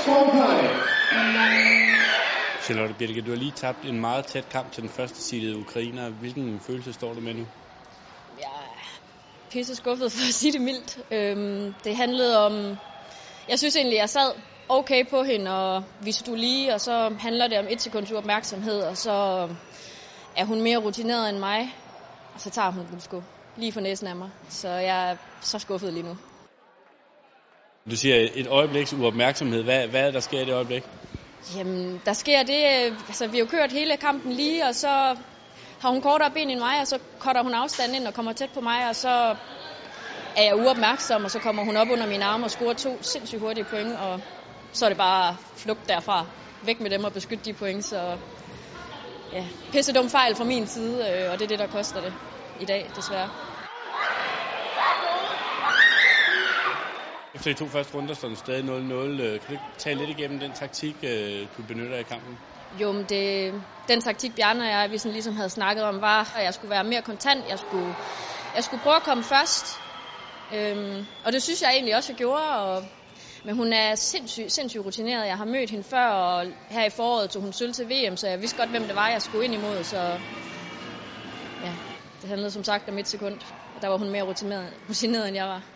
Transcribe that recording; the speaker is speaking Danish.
Charlotte Bjelke, du har lige tabt en meget tæt kamp til den første seedede ukrainer. Hvilken følelse står du med nu? Jeg er pisse skuffet, for at sige det mildt. Det handlede om... Jeg synes egentlig, jeg sad okay på hende, og vi stod lige, og så handler det om 1 sekunds opmærksomhed, og så er hun mere rutineret end mig, og så tager hun den sgu lige for næsen af mig. Så jeg er så skuffet lige nu. Du siger et øjebliks uopmærksomhed. Hvad er der sker i det øjeblik? Jamen, der sker det, altså vi har jo kørt hele kampen lige, og så har hun kortere ben end mig, og så cutter hun afstanden ind og kommer tæt på mig, og så er jeg uopmærksom, og så kommer hun op under mine arme og scorer 2 sindssygt hurtige point, og så er det bare flugt derfra. Væk med dem og beskytte de point, så ja, pisse dum fejl fra min side, og det er det, der koster det i dag, desværre. Efter de 2 første runder står den stadig 0-0. Kan du ikke tale lidt igennem den taktik, du benytter i kampen? Jo, men den taktik, Bjarne og jeg, vi sådan ligesom havde snakket om, var, at jeg skulle være mere kontant. Jeg skulle prøve at komme først. Og det synes jeg egentlig også, jeg gjorde. Men hun er sindssygt rutineret. Jeg har mødt hende før, og her i foråret tog hun sølv til VM, så jeg vidste godt, hvem det var, jeg skulle ind imod. Så ja, det handlede som sagt om 1 sekund. Der var hun mere rutineret, end jeg var.